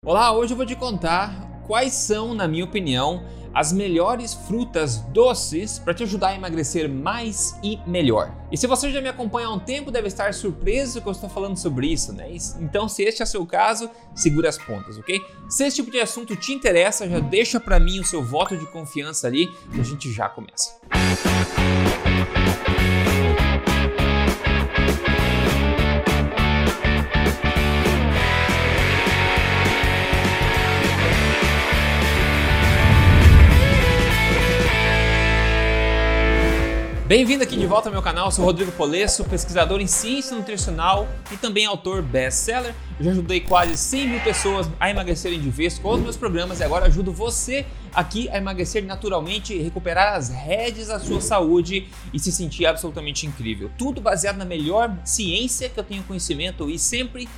Olá, hoje eu vou te contar quais são, na minha opinião, as melhores frutas doces para te ajudar a emagrecer mais e melhor. E se você já me acompanha há um tempo, deve estar surpreso que eu estou falando sobre isso, né? Então, se este é o seu caso, segura as pontas, ok? Se esse tipo de assunto te interessa, já deixa para mim o seu voto de confiança ali e a gente já começa. Bem-vindo aqui de volta ao meu canal, eu sou Rodrigo Polesso, pesquisador em ciência nutricional e também autor best-seller. Eu já ajudei quase 100 mil pessoas a emagrecerem de vez com os meus programas e agora ajudo você aqui a emagrecer naturalmente, recuperar as rédeas da sua saúde e se sentir absolutamente incrível. Tudo baseado na melhor ciência que eu tenho conhecimento e sempre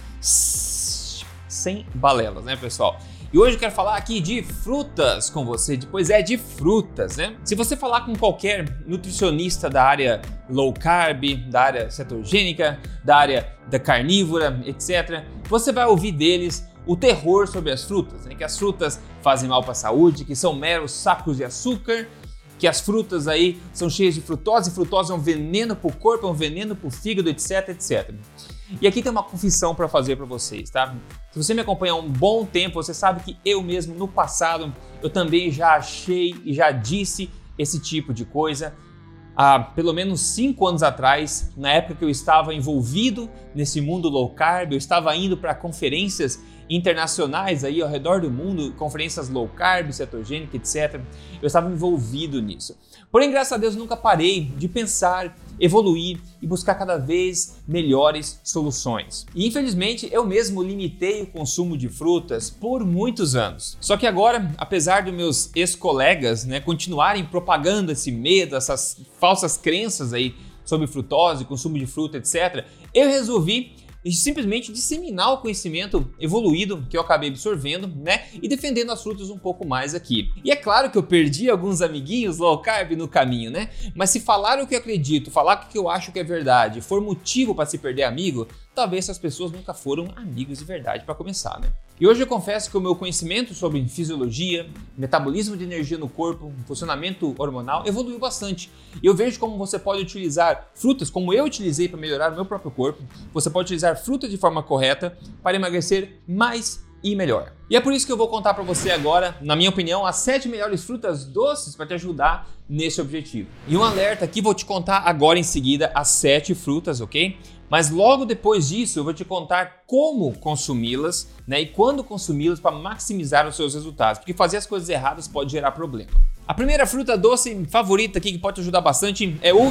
sem balelas, né, pessoal? E hoje eu quero falar aqui de frutas com você, de frutas, né? Se você falar com qualquer nutricionista da área low carb, da área cetogênica, da área da carnívora, etc., você vai ouvir deles o terror sobre as frutas, né? Que as frutas fazem mal para a saúde, que são meros sacos de açúcar, que as frutas aí são cheias de frutose, e frutose é um veneno para o corpo, é um veneno para o fígado, etc, etc. E aqui tem uma confissão para fazer para vocês, tá? Se você me acompanha há um bom tempo, você sabe que eu mesmo no passado, eu também já achei e já disse esse tipo de coisa. Há pelo menos 5 anos atrás, na época que eu estava envolvido nesse mundo low carb, eu estava indo para conferências internacionais aí ao redor do mundo, conferências low carb, cetogênica, etc. Eu estava envolvido nisso. Porém, graças a Deus, nunca parei de pensar, evoluir e buscar cada vez melhores soluções. E infelizmente, eu mesmo limitei o consumo de frutas por muitos anos. Só que agora, apesar dos meus ex-colegas, né, continuarem propagando esse medo, essas falsas crenças aí sobre frutose, consumo de fruta, etc., eu resolvi simplesmente disseminar o conhecimento evoluído que eu acabei absorvendo, né, e defendendo as frutas um pouco mais aqui. E é claro que eu perdi alguns amiguinhos low carb no caminho, né, mas se falar o que eu acredito, falar o que eu acho que é verdade, for motivo para se perder amigo, talvez essas pessoas nunca foram amigos de verdade para começar, né. E hoje eu confesso que o meu conhecimento sobre fisiologia, metabolismo de energia no corpo, funcionamento hormonal evoluiu bastante. E eu vejo como você pode utilizar frutas, como eu utilizei para melhorar o meu próprio corpo, você pode utilizar frutas de forma correta para emagrecer mais e melhor. E é por isso que eu vou contar para você agora, na minha opinião, as 7 melhores frutas doces para te ajudar nesse objetivo. E um alerta aqui, vou te contar agora em seguida as 7 frutas, ok? Mas logo depois disso eu vou te contar como consumi-las, né, e quando consumi-las para maximizar os seus resultados, porque fazer as coisas erradas pode gerar problema. A primeira fruta doce favorita aqui que pode te ajudar bastante é o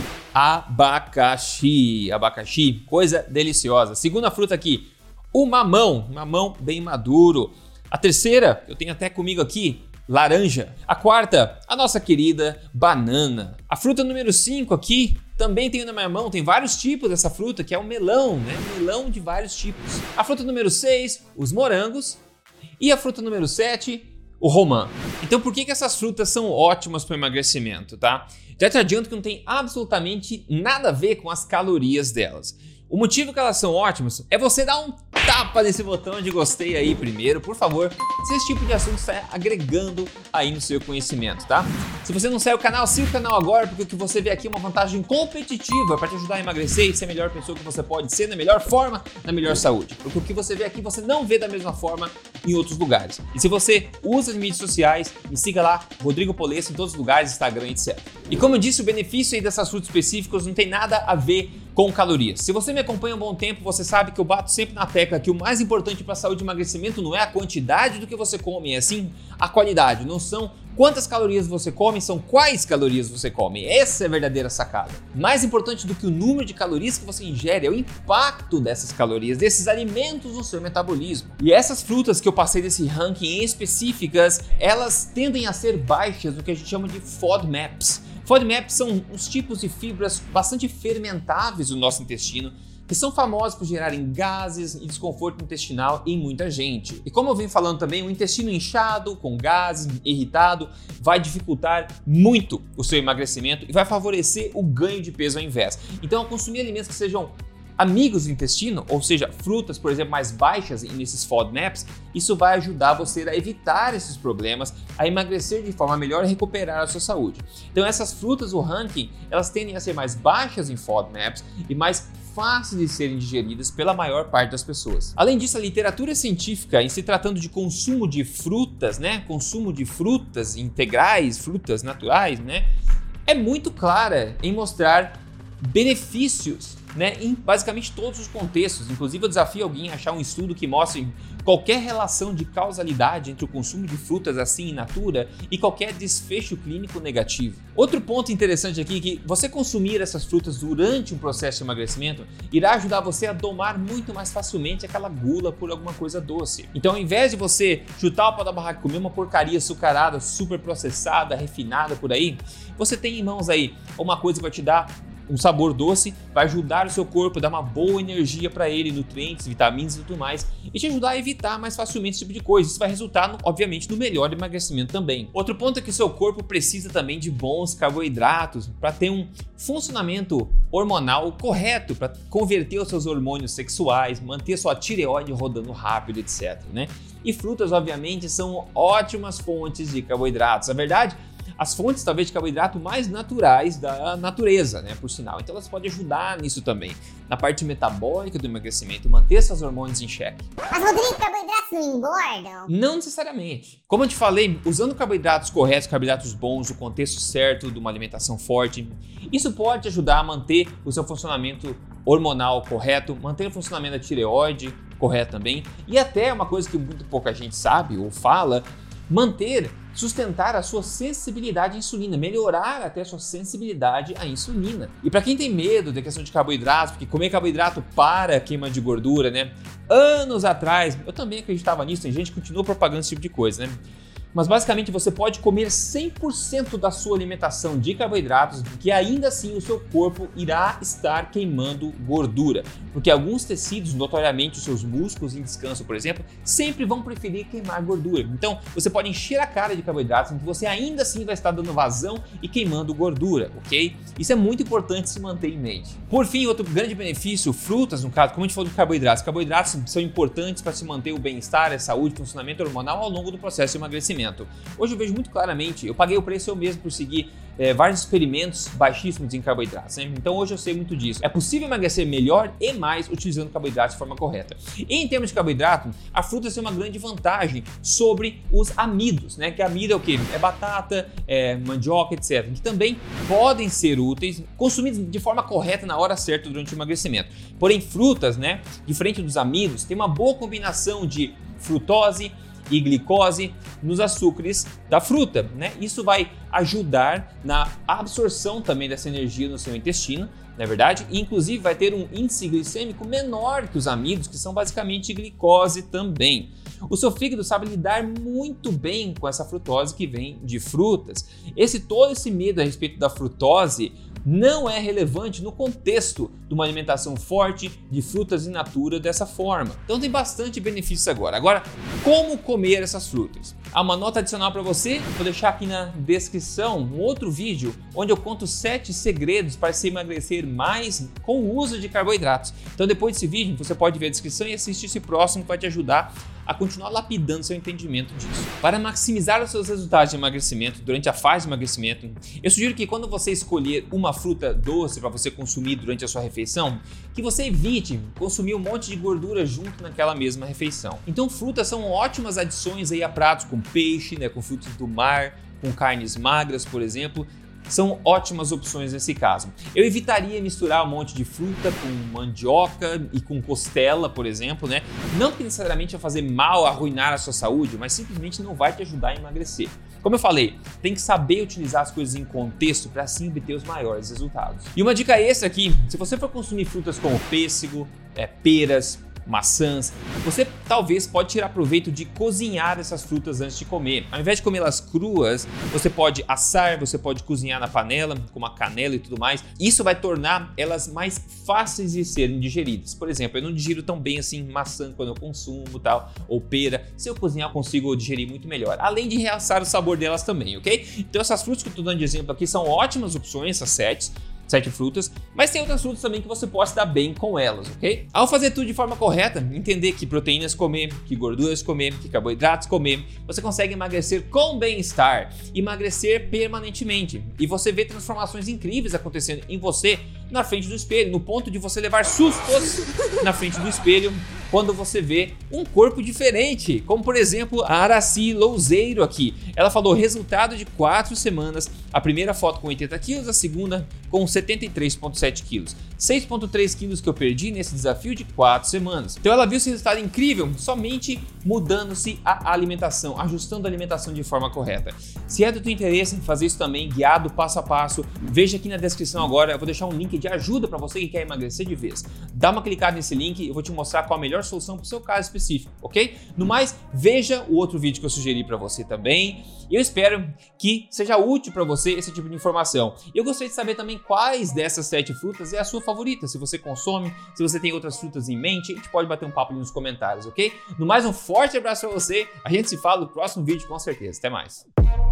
abacaxi. Abacaxi, coisa deliciosa. Segunda fruta aqui, o mamão bem maduro. A terceira, eu tenho até comigo aqui, laranja. A quarta, a nossa querida banana. A fruta número 5 aqui, também tenho na minha mão, tem vários tipos dessa fruta, que é o melão, né? Melão de vários tipos. A fruta número 6, os morangos. E a fruta número 7, o romã. Então por que essas frutas são ótimas para o emagrecimento, tá? Já te adianto que não tem absolutamente nada a ver com as calorias delas. O motivo que elas são ótimas é você dar um tapa nesse botão de gostei aí primeiro, por favor, se esse tipo de assunto está agregando aí no seu conhecimento, tá? Se você não segue o canal, siga o canal agora, porque o que você vê aqui é uma vantagem competitiva para te ajudar a emagrecer e ser a melhor pessoa que você pode ser, na melhor forma, na melhor saúde. Porque o que você vê aqui, você não vê da mesma forma em outros lugares. E se você usa as mídias sociais, me siga lá, Rodrigo Polesso, em todos os lugares, Instagram, etc. E como eu disse, o benefício aí dessas frutas específicas não tem nada a ver com calorias. Se você me acompanha há um bom tempo, você sabe que eu bato sempre na tecla que o mais importante para a saúde e emagrecimento não é a quantidade do que você come, é sim a qualidade. Não são quantas calorias você come, são quais calorias você come. Essa é a verdadeira sacada. Mais importante do que o número de calorias que você ingere é o impacto dessas calorias, desses alimentos no seu metabolismo. E essas frutas que eu passei desse ranking em específicas, elas tendem a ser baixas no que a gente chama de FODMAPs. FODMAPs são uns tipos de fibras bastante fermentáveis do nosso intestino, que são famosos por gerarem gases e desconforto intestinal em muita gente. E como eu venho falando também, o intestino inchado, com gases, irritado, vai dificultar muito o seu emagrecimento e vai favorecer o ganho de peso ao invés. Então, ao consumir alimentos que sejam amigos do intestino, ou seja, frutas, por exemplo, mais baixas nesses FODMAPs, isso vai ajudar você a evitar esses problemas, a emagrecer de forma melhor e recuperar a sua saúde. Então essas frutas, o ranking, elas tendem a ser mais baixas em FODMAPs e mais fáceis de serem digeridas pela maior parte das pessoas. Além disso, a literatura científica, em se tratando de consumo de frutas, consumo de frutas integrais, frutas naturais, é muito clara em mostrar benefícios em basicamente todos os contextos. Inclusive, eu desafio alguém a achar um estudo que mostre qualquer relação de causalidade entre o consumo de frutas assim in natura e qualquer desfecho clínico negativo. Outro ponto interessante aqui é que você consumir essas frutas durante um processo de emagrecimento irá ajudar você a domar muito mais facilmente aquela gula por alguma coisa doce. Então, ao invés de você chutar o pau da barraca e comer uma porcaria açucarada, super processada, refinada por aí, você tem em mãos aí uma coisa que vai te dar um sabor doce, vai ajudar o seu corpo a dar uma boa energia para ele, nutrientes, vitaminas e tudo mais, e te ajudar a evitar mais facilmente esse tipo de coisa. Isso vai resultar, obviamente, no melhor emagrecimento também. Outro ponto é que o seu corpo precisa também de bons carboidratos para ter um funcionamento hormonal correto, para converter os seus hormônios sexuais, manter sua tireoide rodando rápido, etc. E frutas, obviamente, são ótimas fontes de carboidratos. Na verdade, as fontes talvez de carboidrato mais naturais da natureza, por sinal. Então elas podem ajudar nisso também, na parte metabólica do emagrecimento, manter seus hormônios em xeque. Mas Rodrigo, carboidratos não engordam? Não necessariamente. Como eu te falei, usando carboidratos corretos, carboidratos bons, o contexto certo de uma alimentação forte, isso pode ajudar a manter o seu funcionamento hormonal correto, manter o funcionamento da tireoide correto também, e até uma coisa que muito pouca gente sabe ou fala, sustentar a sua sensibilidade à insulina, melhorar até a sua sensibilidade à insulina. E para quem tem medo da questão de carboidratos, porque comer carboidrato para a queima de gordura, anos atrás, eu também acreditava nisso, tem gente que continua propagando esse tipo de coisa, Mas basicamente você pode comer 100% da sua alimentação de carboidratos, que ainda assim o seu corpo irá estar queimando gordura. Porque alguns tecidos, notoriamente os seus músculos em descanso, por exemplo, sempre vão preferir queimar gordura. Então você pode encher a cara de carboidratos, em que você ainda assim vai estar dando vazão e queimando gordura, ok? Isso é muito importante se manter em mente. Por fim, outro grande benefício, frutas no caso, como a gente falou de carboidratos. Carboidratos são importantes para se manter o bem-estar, a saúde, o funcionamento hormonal ao longo do processo de emagrecimento. Hoje eu vejo muito claramente, eu paguei o preço eu mesmo por seguir vários experimentos baixíssimos em carboidratos, Então hoje eu sei muito disso. É possível emagrecer melhor e mais utilizando carboidratos de forma correta. E em termos de carboidrato, a fruta tem uma grande vantagem sobre os amidos, Que amido é o quê? É batata, mandioca, etc. Que também podem ser úteis, consumidos de forma correta na hora certa durante o emagrecimento. Porém, frutas, diferente dos amidos, tem uma boa combinação de frutose e glicose nos açúcares da fruta, Isso vai ajudar na absorção também dessa energia no seu intestino, na verdade, e inclusive vai ter um índice glicêmico menor que os amidos, que são basicamente glicose também. O seu fígado sabe lidar muito bem com essa frutose que vem de frutas. Todo esse medo a respeito da frutose não é relevante no contexto de uma alimentação forte de frutas in natura dessa forma. Então tem bastante benefícios agora. Agora, como comer essas frutas? Há uma nota adicional para você, vou deixar aqui na descrição um outro vídeo onde eu conto 7 segredos para se emagrecer mais com o uso de carboidratos. Então depois desse vídeo você pode ver a descrição e assistir esse próximo que vai te ajudar a continuar lapidando seu entendimento disso. Para maximizar os seus resultados de emagrecimento durante a fase de emagrecimento, eu sugiro que quando você escolher uma fruta doce para você consumir durante a sua refeição, que você evite consumir um monte de gordura junto naquela mesma refeição. Então frutas são ótimas adições aí a pratos com peixe, com frutos do mar, com carnes magras, por exemplo, são ótimas opções nesse caso. Eu evitaria misturar um monte de fruta com mandioca e com costela, por exemplo, Não que necessariamente vai fazer mal, arruinar a sua saúde, mas simplesmente não vai te ajudar a emagrecer. Como eu falei, tem que saber utilizar as coisas em contexto para assim obter os maiores resultados. E uma dica extra aqui, se você for consumir frutas como pêssego, peras, maçãs, você talvez pode tirar proveito de cozinhar essas frutas antes de comer. Ao invés de comê-las cruas, você pode assar, você pode cozinhar na panela, com uma canela e tudo mais. Isso vai tornar elas mais fáceis de serem digeridas. Por exemplo, eu não digiro tão bem assim maçã quando eu consumo, ou pera. Se eu cozinhar, eu consigo digerir muito melhor. Além de realçar o sabor delas também, ok? Então essas frutas que eu estou dando de exemplo aqui são ótimas opções, essas 7. 7 frutas, mas tem outras frutas também que você pode se dar bem com elas, ok? Ao fazer tudo de forma correta, entender que proteínas comer, que gorduras comer, que carboidratos comer, você consegue emagrecer com bem-estar, emagrecer permanentemente. E você vê transformações incríveis acontecendo em você na frente do espelho, no ponto de você levar sustos na frente do espelho quando você vê um corpo diferente, como por exemplo a Araci Louzeiro aqui. Ela falou resultado de 4 semanas, a primeira foto com 80 quilos, a segunda com 73,7 quilos. 6,3 quilos que eu perdi nesse desafio de 4 semanas. Então ela viu esse resultado incrível somente mudando-se a alimentação, ajustando a alimentação de forma correta. Se é do teu interesse em fazer isso também, guiado passo a passo, veja aqui na descrição agora, eu vou deixar um link de ajuda para você que quer emagrecer de vez. Dá uma clicada nesse link e eu vou te mostrar qual a melhor solução para o seu caso específico, ok? No mais, veja o outro vídeo que eu sugeri para você também. Eu espero que seja útil para você esse tipo de informação. Eu gostaria de saber também quais dessas 7 frutas é a sua favorita, se você consome, se você tem outras frutas em mente, a gente pode bater um papo ali nos comentários, ok? No mais, um forte abraço para você, a gente se fala no próximo vídeo com certeza. Até mais!